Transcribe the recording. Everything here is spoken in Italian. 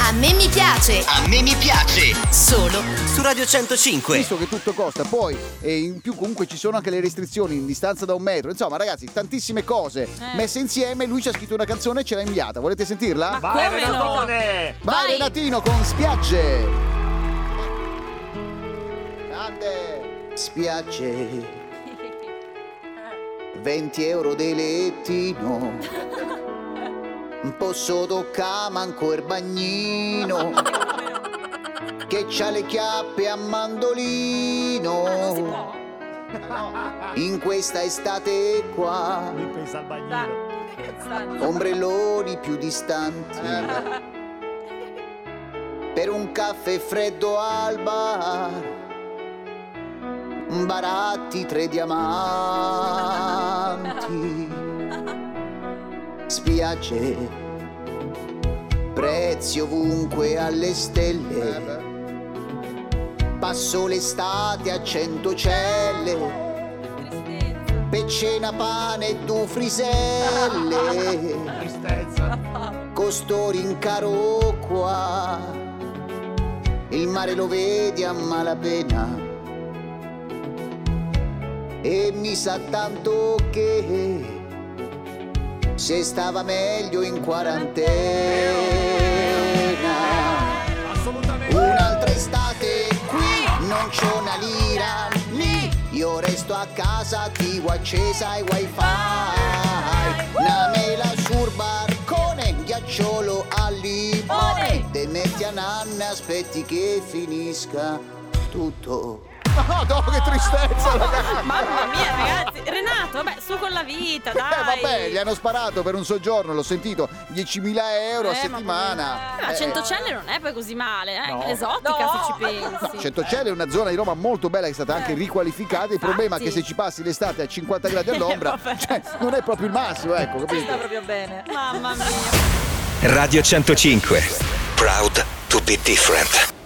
A me mi piace. A me mi piace. Solo Su Radio 105. Visto che tutto costa, poi in più comunque ci sono anche le restrizioni in distanza da 1 metro. Insomma, ragazzi, tantissime cose messe insieme. Lui ci ha scritto una canzone e ce l'ha inviata. Volete sentirla? Vai Renatone! Vai Renatino con Spiagge. Grande. Spiagge. 20 euro di lettino. Posso toccare manco il bagnino che c'ha le chiappe a mandolino. In questa estate qua Lui pensa al bagnino. ombrelloni più distanti per un caffè freddo al bar, baratti 3 diamanti. Spiagge, prezzi ovunque alle stelle. Passo l'estate a 100 celle. Per cena pane e 2 friselle. Tristezza. Costo rincaro qua. Il mare lo vedi a malapena. E mi sa tanto che se stava meglio in quarantena. Assolutamente. Un'altra estate qui, non c'ho una lira lì. Io resto a casa, TV accesa e wifi. Una mela sul barcone, ghiacciolo al limone. Te metti a nanna, aspetti che finisca tutto. Oh, no, che tristezza, ragazzi. Mamma mia, ragazzi. Renato, vabbè, su con la vita, dai. Vabbè, gli hanno sparato per un soggiorno, l'ho sentito, 10.000 euro a settimana. Ma Centocelle non è poi così male, No. L'esotica se ci pensi. Centocelle è una zona di Roma molto bella che è stata anche riqualificata. Il problema è che se ci passi l'estate a 50 gradi all'ombra, cioè, non è proprio il massimo, ecco, capito? Sta proprio bene. Mamma mia. Radio 105. Proud to be different.